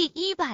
第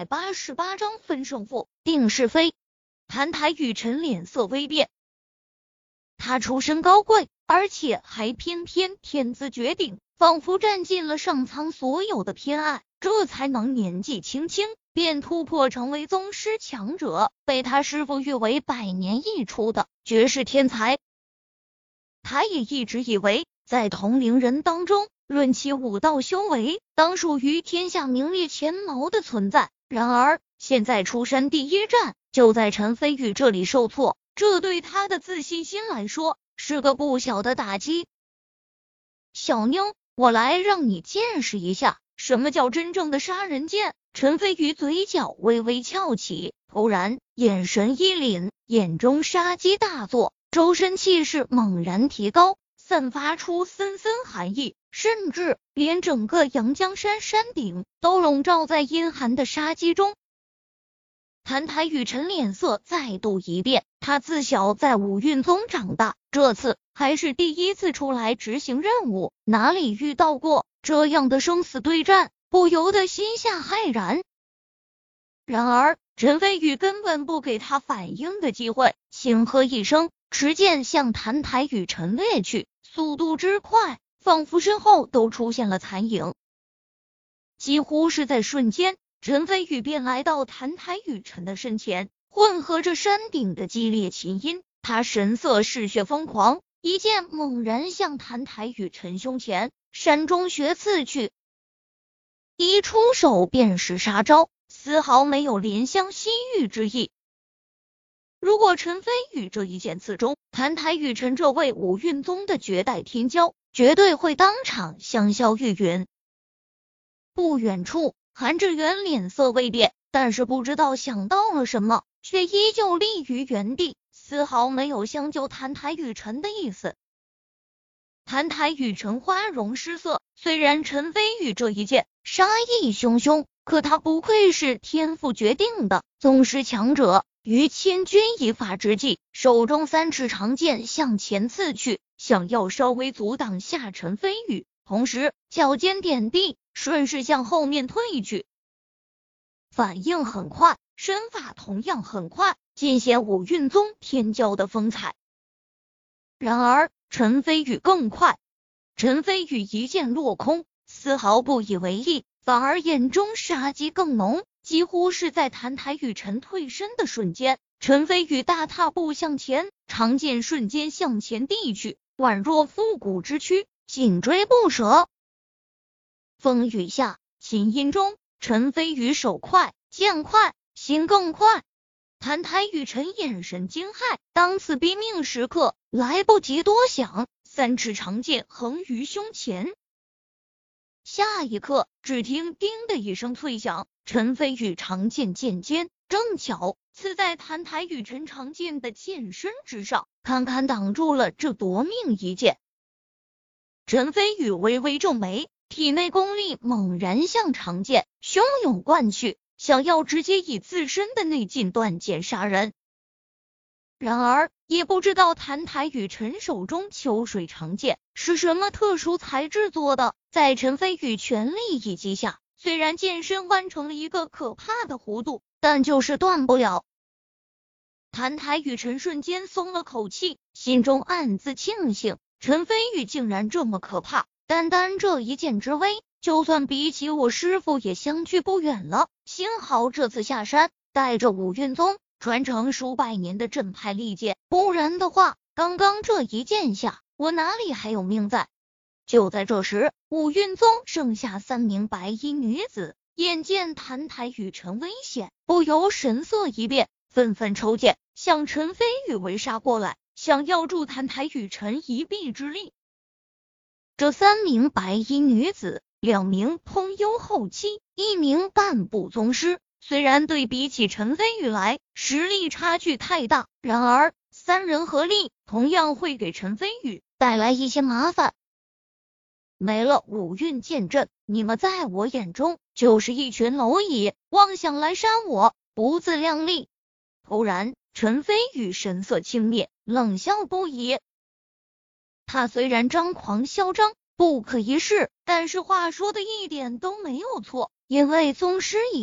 188章分胜负，定是非。谭台雨辰脸色微变，他出身高贵，而且还偏偏天资绝顶，仿佛占尽了上苍所有的偏爱，这才能年纪轻轻便突破成为宗师强者，被他师父誉为百年一出的绝世天才。他也一直以为在同龄人当中，论其武道修为，当属于天下名列前茅的存在。然而现在出山第一战就在陈飞宇这里受挫，这对他的自信心来说是个不小的打击。小妞，我来让你见识一下什么叫真正的杀人剑。陈飞宇嘴角微微翘起，突然眼神一凛，眼中杀机大作，周身气势猛然提高，散发出森森寒意，甚至连整个阳江山山顶都笼罩在阴寒的杀机中。谭台雨辰脸色再度一变，他自小在武运宗长大，这次还是第一次出来执行任务，哪里遇到过这样的生死对战，不由得心下骇然。然而陈飞宇根本不给他反应的机会，轻喝一声，持剑向谭台雨辰掠去，速度之快，仿佛身后都出现了残影。几乎是在瞬间，陈飞宇便来到谭台雨辰的身前，混合着山顶的激烈琴音，他神色嗜血疯狂，一剑猛然向谭台雨辰胸前山中穴刺去，一出手便是杀招，丝毫没有怜香惜玉之意。如果陈飞宇这一剑刺中，谭台雨辰这位武运宗的绝代天骄绝对会当场香消玉殒。不远处韩志远脸色未变，但是不知道想到了什么，却依旧立于原地，丝毫没有相救谭台雨辰的意思。谭台雨辰花容失色，虽然陈飞宇这一剑杀意汹汹，可他不愧是天赋决定的宗师强者，于千钧一发之际，手中3尺长剑向前刺去，想要稍微阻挡下陈飞宇，同时脚尖点地，顺势向后面退去。反应很快，身法同样很快，尽显武运宗天骄的风采。然而陈飞宇更快，陈飞宇一剑落空，丝毫不以为意，反而眼中杀机更浓。几乎是在谭台雨辰退身的瞬间，陈飞宇大踏步向前，长剑瞬间向前递去，宛若复古之躯，紧追不舍。风雨下，琴音中，陈飞宇手快剑快心更快。谭台雨辰眼神惊骇，当此逼命时刻，来不及多想，3尺长剑横于胸前。下一刻，只听叮的一声脆响，陈飞宇长剑剑尖正巧刺在谭台雨辰长剑的剑身之上，堪堪挡住了这夺命一剑。陈飞宇微微皱眉，体内功力猛然向长剑汹涌灌去，想要直接以自身的内劲断剑杀人。然而也不知道谭台雨辰手中秋水长剑是什么特殊材质做的，在陈飞宇全力一击下，虽然剑身弯成了一个可怕的弧度，但就是断不了。谭台雨辰瞬间松了口气，心中暗自庆幸，陈飞宇竟然这么可怕，单单这一剑之威，就算比起我师父也相距不远了。幸好这次下山带着武运宗传承数百年的正派利剑，不然的话，刚刚这一剑下，我哪里还有命在？就在这时，武运宗剩下3名白衣女子，眼见谭台雨辰危险，不由神色一变，纷纷抽剑向陈飞宇围杀过来，想要助谭台雨辰一臂之力。这3名白衣女子，2名通幽后期，1名半步宗师，虽然对比起陈飞宇来，实力差距太大，然而3人合力同样会给陈飞宇带来一些麻烦。没了武运剑阵，你们在我眼中就是一群蝼蚁，妄想来杀我，不自量力。突然，陈飞宇神色轻蔑，冷笑不已。他虽然张狂嚣张，不可一世，但是话说的一点都没有错，因为宗师以下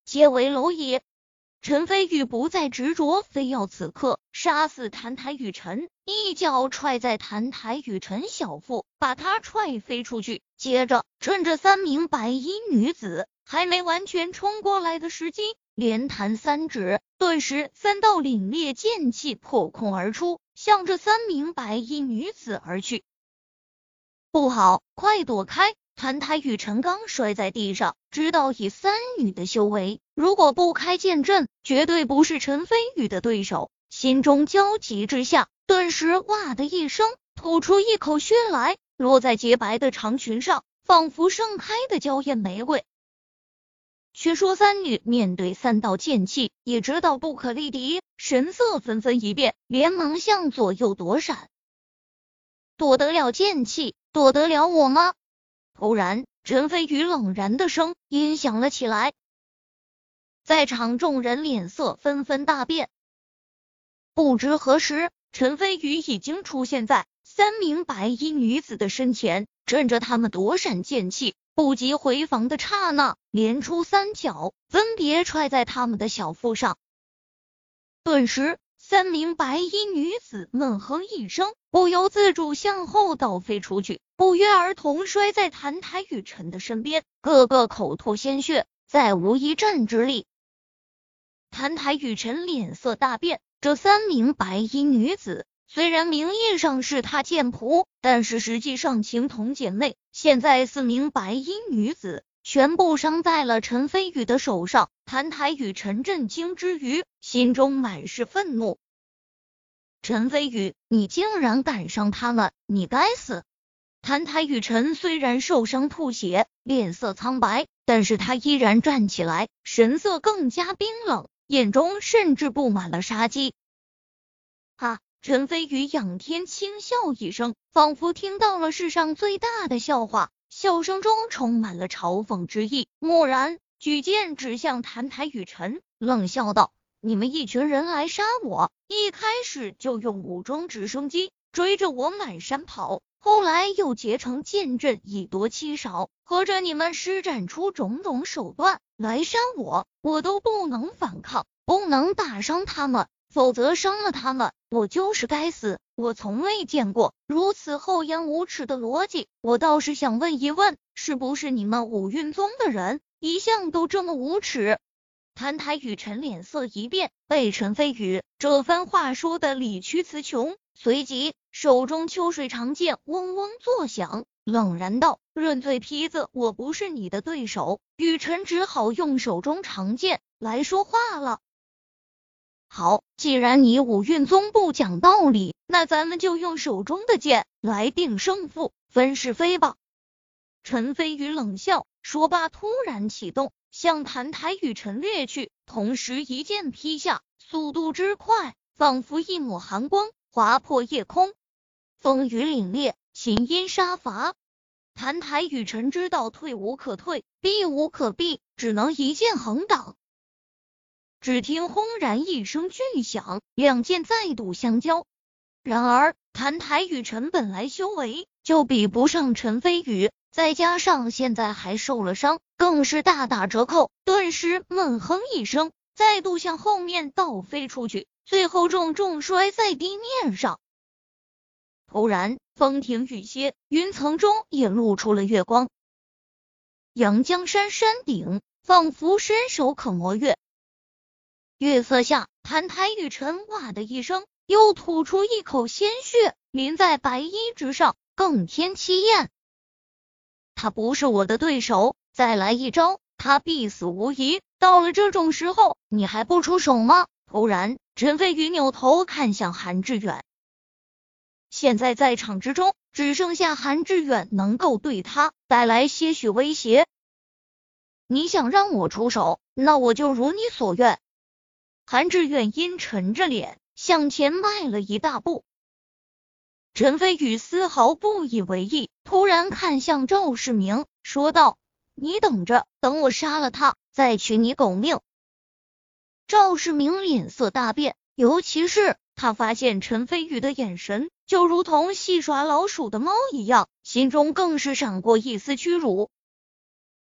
皆为蝼蚁。陈飞宇不再执着，非要此刻杀死谭台雨辰，一脚踹在谭台雨辰小腹，把他踹飞出去。接着趁着3名白衣女子还没完全冲过来的时机，连弹3指，顿时3道凛冽剑气破空而出，向着3名白衣女子而去。不好，快躲开！谭台雨辰刚摔在地上，知道以3女的修为，如果不开剑阵，绝对不是陈飞宇的对手。心中焦急之下，顿时哇的一声吐出一口血来，落在洁白的长裙上，仿佛盛开的娇艳玫瑰。却说3女面对3道剑气，也知道不可力敌，神色纷纷一变，连忙向左右躲闪。躲得了剑气，躲得了我吗？突然，陈飞宇冷然的声音响了起来，在场众人脸色纷纷大变。不知何时，陈飞宇已经出现在3名白衣女子的身前，趁着他们躲闪剑气不及回防的刹那，连出3脚，分别踹在他们的小腹上。顿时3名白衣女子闷哼一声，不由自主向后倒飞出去，不约而同摔在谭台雨辰的身边，个个口吐鲜血，再无一战之力。谭台雨辰脸色大变，这3名白衣女子虽然名义上是他剑仆，但是实际上情同姐妹。现在4名白衣女子全部伤在了陈飞宇的手上。谭台雨辰震惊之余，心中满是愤怒。陈飞宇，你竟然敢伤他们，你该死！谭台雨辰虽然受伤吐血，脸色苍白，但是他依然站起来，神色更加冰冷，眼中甚至布满了杀机。哈！陈飞宇仰天轻笑一声，仿佛听到了世上最大的笑话，笑声中充满了嘲讽之意。蓦然举剑指向谭台雨辰，冷笑道：你们一群人来杀我，一开始就用武装直升机追着我满山跑，后来又结成剑阵以夺其少，合着你们施展出种种手段来杀我，我都不能反抗，不能打伤他们，否则伤了他们，我就是该死。我从未见过如此厚颜无耻的逻辑，我倒是想问一问，是不是你们五蕴宗的人一向都这么无耻？谭台雨辰脸色一变，被陈飞宇这番话说的理屈词穷，随即手中秋水长剑嗡嗡作响，冷然道：润嘴皮子，我不是你的对手。雨辰只好用手中长剑来说话了。好，既然你五蕴宗不讲道理，那咱们就用手中的剑来定胜负，分是非吧。陈飞宇冷笑，说罢突然启动，向谭台雨辰掠去，同时一剑劈下，速度之快，仿佛一抹寒光划破夜空。风雨凛冽，琴音杀伐。谭台雨辰知道退无可退，避无可避，只能一剑横挡。只听轰然一声巨响，两剑再度相交。然而谭台雨辰本来修为就比不上陈飞宇，再加上现在还受了伤，更是大打折扣，顿时闷哼一声，再度向后面倒飞出去，最后重重摔在地面上。突然风停雨歇，云层中也露出了月光。阳江山山顶仿佛伸手可摸月，月色下，谭台雨辰哇的一声又吐出一口鲜血，淋在白衣之上，更添气焰。他不是我的对手，再来一招，他必死无疑。到了这种时候，你还不出手吗？突然，陈飞宇扭头看向韩志远。现在在场之中，只剩下韩志远能够对他带来些许威胁。你想让我出手，那我就如你所愿。韩志远阴沉着脸向前迈了一大步。陈飞宇丝毫不以为意，突然看向赵世明，说道：你等着，等我杀了他，再取你狗命。赵世明脸色大变，尤其是他发现陈飞宇的眼神就如同戏耍老鼠的猫一样，心中更是闪过一丝屈辱。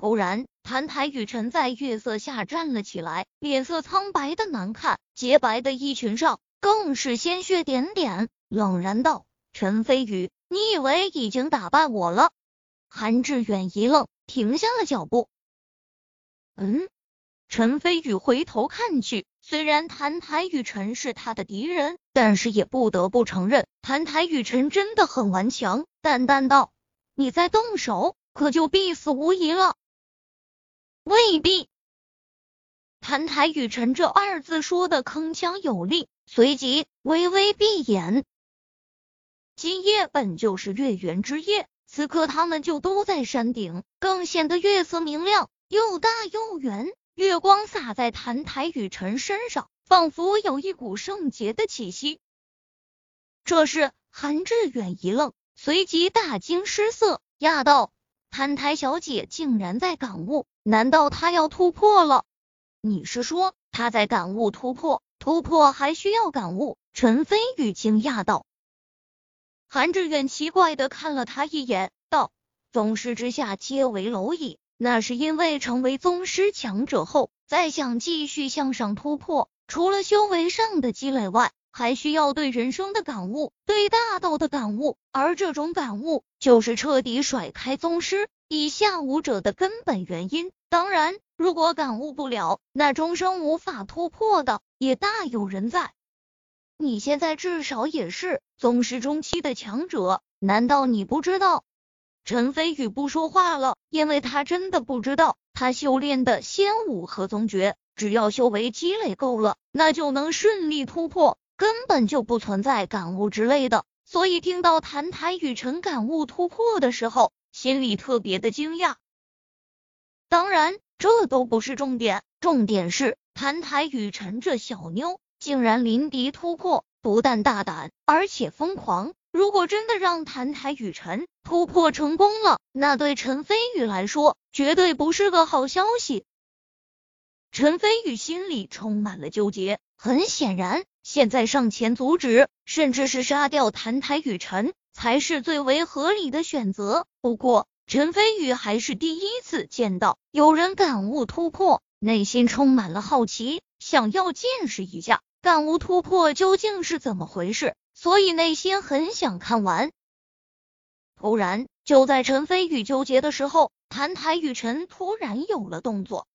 突然，谭台雨辰在月色下站了起来，脸色苍白的难看，洁白的衣裙上更是鲜血点点，冷然道：“陈飞宇，你以为已经打败我了？”韩志远一愣，停下了脚步。陈飞宇回头看去，虽然谭台雨辰是他的敌人，但是也不得不承认，谭台雨辰真的很顽强，淡淡道：“你再动手，可就必死无疑了。”未必。谭台雨辰这二字说的铿锵有力，随即微微闭眼。今夜本就是月圆之夜，此刻他们就都在山顶，更显得月色明亮，又大又圆，月光洒在谭台雨辰身上，仿佛有一股圣洁的气息。这是韩志远一愣，随即大惊失色，讶道：“谭台小姐竟然在感悟，难道她要突破了？”“你是说她在感悟突破？突破还需要感悟？”陈飞宇惊讶道。韩志远奇怪地看了他一眼，道：“宗师之下皆为蝼蚁，那是因为成为宗师强者后，再想继续向上突破，除了修为上的积累外，还需要对人生的感悟，对大道的感悟，而这种感悟就是彻底甩开宗师以下武者的根本原因。当然，如果感悟不了，那终生无法突破的也大有人在。你现在至少也是宗师中期的强者，难道你不知道？”陈飞宇不说话了，因为他真的不知道，他修炼的仙武和宗诀，只要修为积累够了，那就能顺利突破，根本就不存在感悟之类的。所以听到谭台雨辰感悟突破的时候，心里特别的惊讶。当然，这都不是重点，重点是谭台雨辰这小妞竟然临敌突破，不但大胆，而且疯狂。如果真的让谭台雨辰突破成功了，那对陈飞宇来说绝对不是个好消息。陈飞宇心里充满了纠结，很显然，现在上前阻止，甚至是杀掉谭台雨辰，才是最为合理的选择。不过，陈飞宇还是第一次见到有人感悟突破，内心充满了好奇，想要见识一下感悟突破究竟是怎么回事，所以内心很想看完。突然，就在陈飞宇纠结的时候，谭台雨辰突然有了动作，